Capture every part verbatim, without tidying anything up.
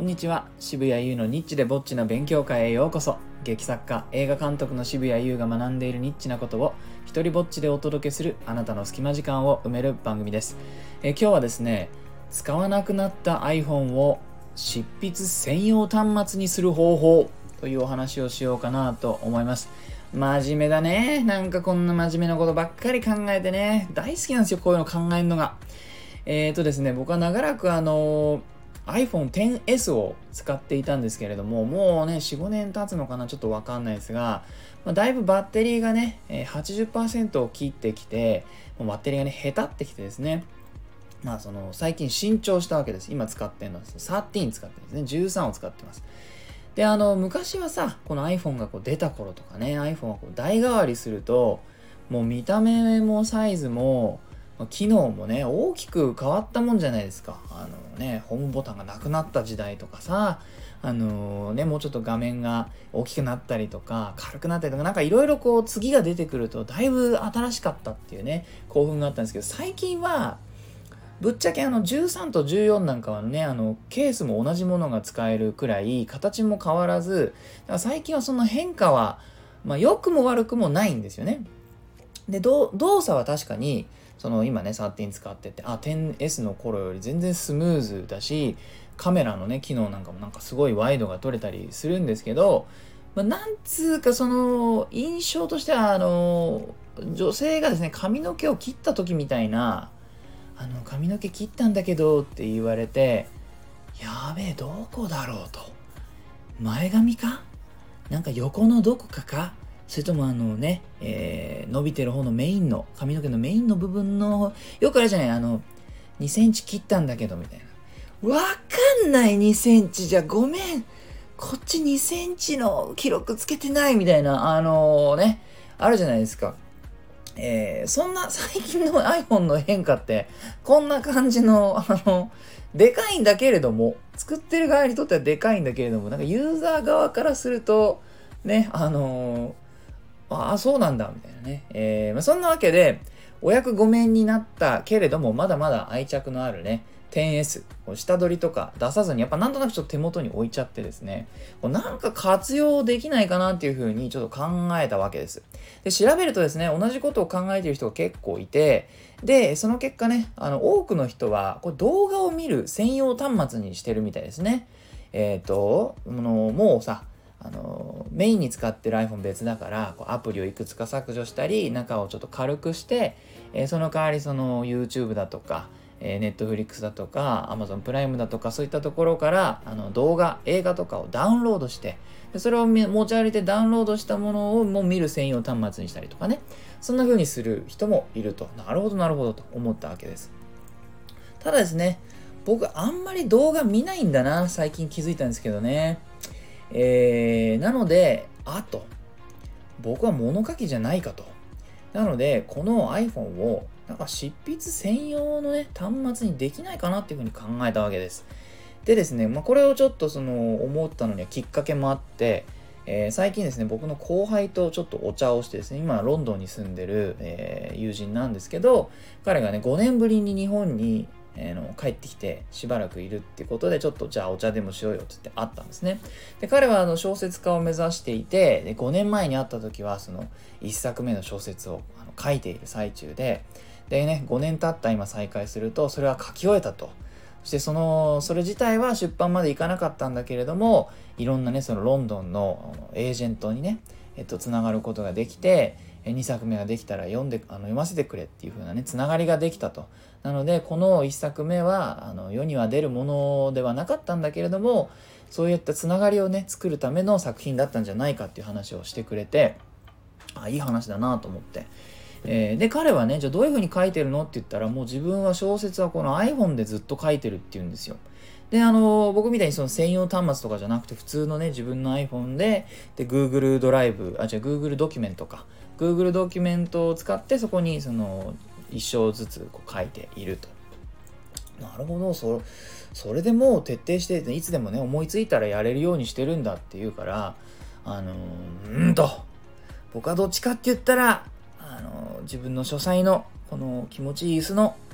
にちは。渋谷優のニッチでぼっちな勉強会へようこそ。劇作家、映画監督の渋谷優が学んでいるニッチなことを一人ぼっちでお届けするあなたの隙間時間を埋める番組です。え今日はですね、使わなくなった iPhone を執筆専用端末にする方法というお話をしようかなと思います。真面目だね。なんかこんな真面目なことばっかり考えてね、大好きなんですよ、こういうの考えるのが。えーとですね、僕は長らくあの アイフォンテンエス を使っていたんですけれども、もうね、よん、ごねん経つのかな、ちょっとわかんないですが、まあ、だいぶバッテリーがね、はちじゅっパーセント を切ってきて、もうバッテリーがね、へたってきてですね、まあその、最近新調したわけです。今使ってるのはじゅうさん使ってるんですね。じゅうさんを使ってます。で、あの、昔はさ、この iPhone がこう出た頃とかね、iPhone がこう代替わりすると、もう見た目もサイズも、機能もね、大きく変わったもんじゃないですか。あのね、ホームボタンがなくなった時代とかさ、あのね、もうちょっと画面が大きくなったりとか、軽くなったりとか、なんかいろいろこう次が出てくると、だいぶ新しかったっていうね、興奮があったんですけど、最近は、ぶっちゃけあのじゅうさんとじゅうよんなんかはね、あのケースも同じものが使えるくらい、形も変わらず、だから最近はその変化は、まあ良くも悪くもないんですよね。で、動作は確かに、その今ね、じゅうさん使ってて、あ、テンエス の頃より全然スムーズだし、カメラのね、機能なんかもなんかすごいワイドが撮れたりするんですけど、まあ、なんつうかその、印象としては、あの、女性がですね、髪の毛を切った時みたいな、あの、髪の毛切ったんだけどって言われて、やべえ、どこだろうと。前髪か？なんか横のどこかか？それともあのね、えー、伸びてる方のメインの、髪の毛のメインの部分の、よくあれじゃない、あの、にセンチ切ったんだけど、みたいな。わかんないにセンチじゃごめん。こっちにセンチの記録つけてないみたいな、あのー、ね、あるじゃないですか。えー、そんな最近の iPhone の変化って、こんな感じの、あの、でかいんだけれども、作ってる側にとってはでかいんだけれども、なんかユーザー側からすると、ね、あのー、ああ、そうなんだ、みたいなね。えーまあ、そんなわけで、お役御免になったけれども、まだまだ愛着のあるね、テンエス、下取りとか出さずに、やっぱなんとなくちょっと手元に置いちゃってですね、なんか活用できないかなっていうふうにちょっと考えたわけです。で、調べるとですね、同じことを考えている人が結構いて、で、その結果ね、あの、多くの人は、これ動画を見る専用端末にしてるみたいですね。えっと、もうもうさ、あのメインに使ってる iPhone 別だからこうアプリをいくつか削除したり中をちょっと軽くして、えー、その代わりその YouTube だとか、えー、Netflix だとか Amazon プライムだとかそういったところからあの動画映画とかをダウンロードしてでそれを持ち歩いてダウンロードしたものをもう見る専用端末にしたりとかね、そんな風にする人もいると。なるほどなるほどと思ったわけです。ただですね、僕あんまり動画見ないんだな、最近気づいたんですけどね。えー、なので、あと、僕は物書きじゃないかと。なので、この iPhone を、なんか執筆専用のね、端末にできないかなっていうふうに考えたわけです。でですね、まあ、これをちょっとその、思ったのにはきっかけもあって、えー、最近ですね、僕の後輩とちょっとお茶をしてですね、今ロンドンに住んでる、えー、友人なんですけど、彼がね、ごねんぶりに日本にえー、の帰ってきてしばらくいるってことでちょっとじゃあお茶でもしようよって言って会ったんですね。で彼はあの小説家を目指していてでごねんまえに会った時はそのいっさくめの小説をあの書いている最中ででねごねん経った今再会するとそれは書き終えたと。そしてそのそれ自体は出版までいかなかったんだけれどもいろんなねそのロンドンのエージェントにねえっとつながることができてにさくめができたら読んであの読ませてくれっていう風なねつながりができたと。なのでこのいっさくめはあの世には出るものではなかったんだけれどもそういったつながりをね作るための作品だったんじゃないかっていう話をしてくれて、あいい話だなと思って、えー、で彼はねじゃあどういう風に書いてるのって言ったらもう自分は小説はこの iPhone でずっと書いてるって言うんですよ。で、あのー、僕みたいにその専用端末とかじゃなくて普通のね自分の iPhone でで Google ドライブあじゃあ Google ドキュメントか Google ドキュメントを使ってそこにその一章ずつこう書いていると。なるほど、そそれでもう徹底していつでもね思いついたらやれるようにしてるんだっていうからあのー、うんと僕はどっちかって言ったらあのー、自分の書斎のこの気持ちいい椅子の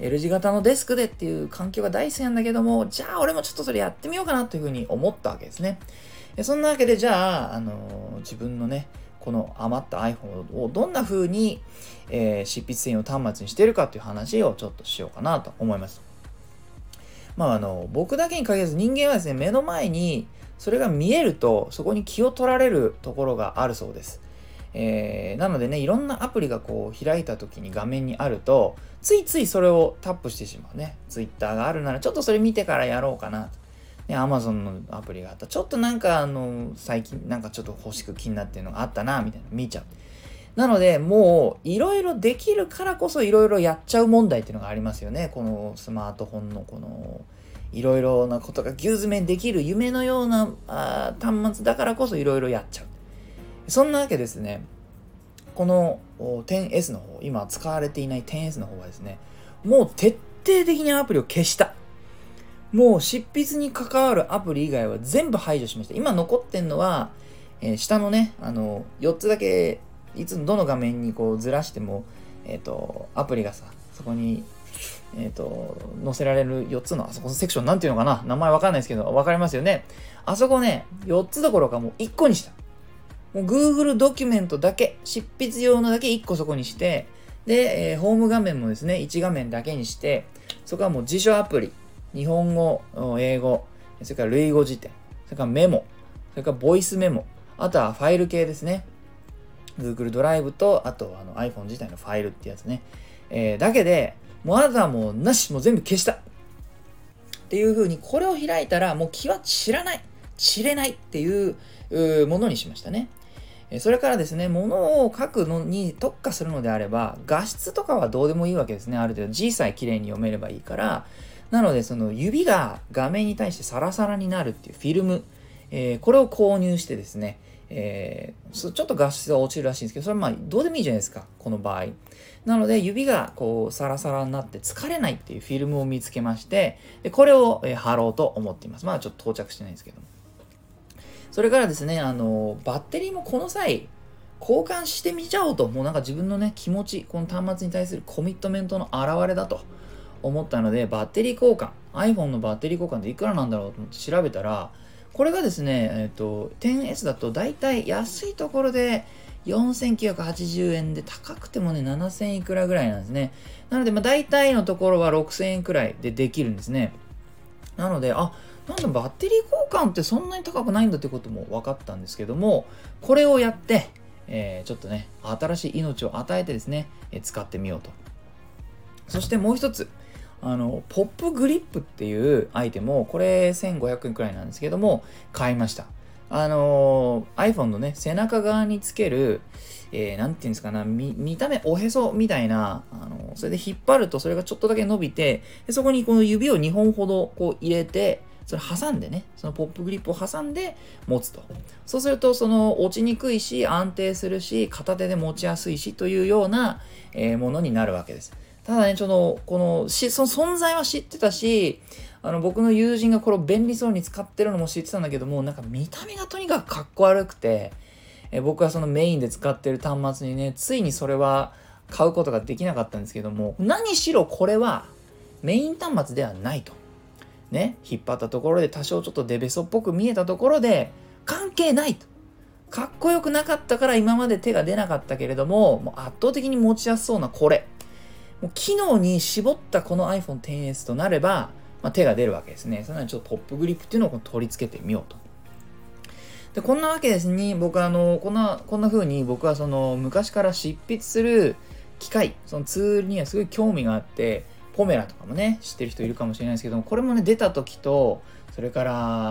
L 字型のデスクでっていう環境が大好きなんだけども、じゃあ俺もちょっとそれやってみようかなというふうに思ったわけですね。そんなわけで、じゃあ、あのー、自分のね、この余った iPhone をどんな風に、えー、執筆専用端末にしているかという話をちょっとしようかなと思います。まああの、僕だけに限らず人間はですね、目の前にそれが見えるとそこに気を取られるところがあるそうです。えー、なのでね、いろんなアプリがこう開いた時に画面にあると、ついついそれをタップしてしまうね。Twitter があるならちょっとそれ見てからやろうかなと。ね、Amazon のアプリがあった。ちょっとなんかあの、最近なんかちょっと欲しく気になってるのがあったな、みたいな見ちゃう。なので、もういろいろできるからこそいろいろやっちゃう問題っていうのがありますよね。このスマートフォンのこのいろいろなことがぎゅう詰めできる夢のようなあ端末だからこそいろいろやっちゃう。そんなわけですね。この テンエス の方、今使われていない テンエス の方はですね、もう徹底的にアプリを消した。もう執筆に関わるアプリ以外は全部排除しました。今残ってんのは、えー、下のね、あの、よっつだけ、いつどの画面にこうずらしても、えっと、アプリがさ、そこに、えっと、載せられるよっつの、あそこのセクションなんていうのかな、名前わかんないですけど、わかりますよね。あそこね、よっつどころかもういっこにした。もう Google ドキュメントだけ、執筆用のだけいっこそこにして、で、えー、ホーム画面もですね、いち画面だけにして、そこはもう辞書アプリ、日本語、英語、それから類語辞典、それからメモ、それからボイスメモ、あとはファイル系ですね。Google ドライブと、あとあの iPhone 自体のファイルってやつね。えー、だけで、もうあとはもうなし、もう全部消した。っていう風に、これを開いたらもう気は散らない、散れないっていうものにしましたね。それからですね、物を書くのに特化するのであれば、画質とかはどうでもいいわけですね。ある程度字さえ綺麗に読めればいいから。なので、その指が画面に対してサラサラになるっていうフィルム、えー、これを購入してですね、えー、ちょっと画質が落ちるらしいんですけど、それはまあどうでもいいじゃないですか、この場合。なので、指がこうサラサラになって疲れないっていうフィルムを見つけまして、でこれを、えー、貼ろうと思っています。まあちょっと到着してないんですけども。それからですね、あの、バッテリーもこの際、交換してみちゃおうと、もうなんか自分のね、気持ち、この端末に対するコミットメントの表れだと思ったので、バッテリー交換、iPhone のバッテリー交換でいくらなんだろうと思って調べたら、これがですね、えっと、テンエス だとだいたい安いところでよんせんきゅうひゃくはちじゅうえんで、高くてもね、ななせんいくらぐらいなんですね。なので、まあ大体のところはろくせんえんくらいでできるんですね。なので、あ、なんだバッテリー交換ってそんなに高くないんだってことも分かったんですけども、これをやって、えー、ちょっとね、新しい命を与えてですね、えー、使ってみようと。そしてもう一つ、あの、ポップグリップっていうアイテムを、これせんごひゃくえんくらいなんですけども、買いました。あのー、iPhone のね、背中側につける、えー、なんていうんですかな、見、見た目おへそみたいな、あのー、それで引っ張るとそれがちょっとだけ伸びて、でそこにこの指をにほんほどこう入れて、それ挟んでね、そのポップグリップを挟んで持つと。そうすると、その落ちにくいし、安定するし、片手で持ちやすいしというような、えー、ものになるわけです。ただね、ちょっと、このし、その存在は知ってたし、あの、僕の友人がこれを便利そうに使ってるのも知ってたんだけども、なんか見た目がとにかくかっこ悪くて、えー、僕はそのメインで使ってる端末にね、ついにそれは買うことができなかったんですけども、何しろこれはメイン端末ではないと。ね、引っ張ったところで多少ちょっとデベソっぽく見えたところで関係ないと。かっこよくなかったから今まで手が出なかったけれども、もう圧倒的に持ちやすそうなこれ。もう機能に絞ったこの iPhone テンエス となれば、まあ、手が出るわけですね。それなのでちょっとポップグリップっていうのを取り付けてみようと。で、こんなわけですね。僕はあの、こんな、こんな風に僕はその昔から執筆する機械、そのツールにはすごい興味があって、ポメラとかもね、知ってる人いるかもしれないですけども、これもね、出た時と、それから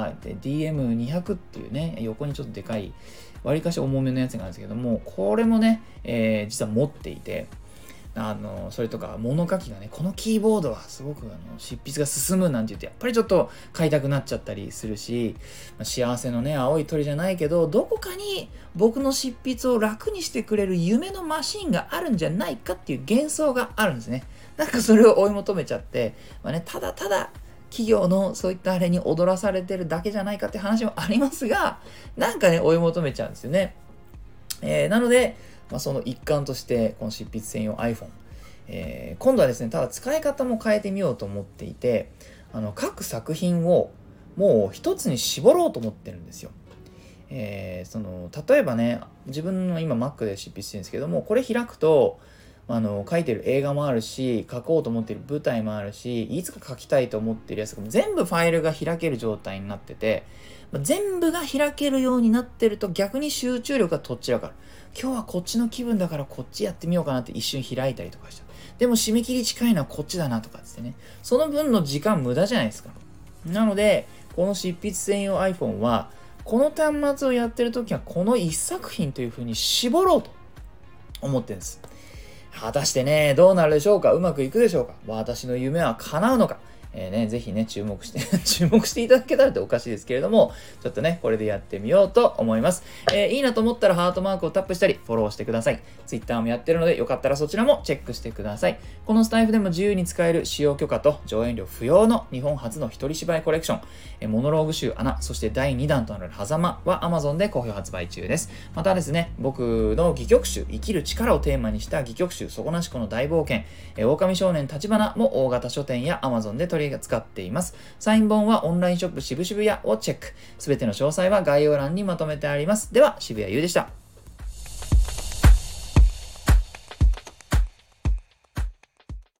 ディーエムにひゃく っていうね、横にちょっとでかい、わりかし重めのやつがあるんですけども、これもね、えー、実は持っていて、あの、それとか物書きがね、このキーボードはすごくあの執筆が進むなんて言って、やっぱりちょっと買いたくなっちゃったりするし、まあ、幸せのね、青い鳥じゃないけど、どこかに僕の執筆を楽にしてくれる夢のマシンがあるんじゃないかっていう幻想があるんですね。なんかそれを追い求めちゃって、まあね、ただただ企業のそういったあれに踊らされてるだけじゃないかって話もありますが、なんかね、追い求めちゃうんですよね。えー、なので、まあ、その一環として、この執筆専用 iPhone、 えー、今度はですね、ただ使い方も変えてみようと思っていて、あの各作品をもう一つに絞ろうと思ってるんですよ。えー、その例えばね、自分の今 Mac で執筆してるんですけども、これ開くとあの書いてる映画もあるし、書こうと思ってる舞台もあるし、いつか書きたいと思ってるやつが全部ファイルが開ける状態になってて、全部が開けるようになってると逆に集中力がとっちらかる。今日はこっちの気分だからこっちやってみようかなって一瞬開いたりとかした。でも締め切り近いのはこっちだなとかってね、その分の時間無駄じゃないですか。なのでこの執筆専用 iPhone はこの端末をやってるときはこの一作品という風に絞ろうと思ってるんです。果たしてね、どうなるでしょうか。うまくいくでしょうか。私の夢は叶うのか。えーね、ぜひね、注目して、注目していただけたらっておかしいですけれども、ちょっとね、これでやってみようと思います。えー、いいなと思ったらハートマークをタップしたり、フォローしてください。Twitter もやってるので、よかったらそちらもチェックしてください。このスタイフでも自由に使える使用許可と上演料不要の日本初の一人芝居コレクション、えー、モノローグ集穴、そしてだいにだんとなる狭間は Amazon で好評発売中です。またですね、僕の戯曲集、生きる力をテーマにした戯曲集、底なしこの大冒険、えー、狼少年立花も大型書店や Amazon で取り扱っています。サイン本はオンラインショップ渋々屋をチェック。すべての詳細は概要欄にまとめてあります。では、渋谷優でした。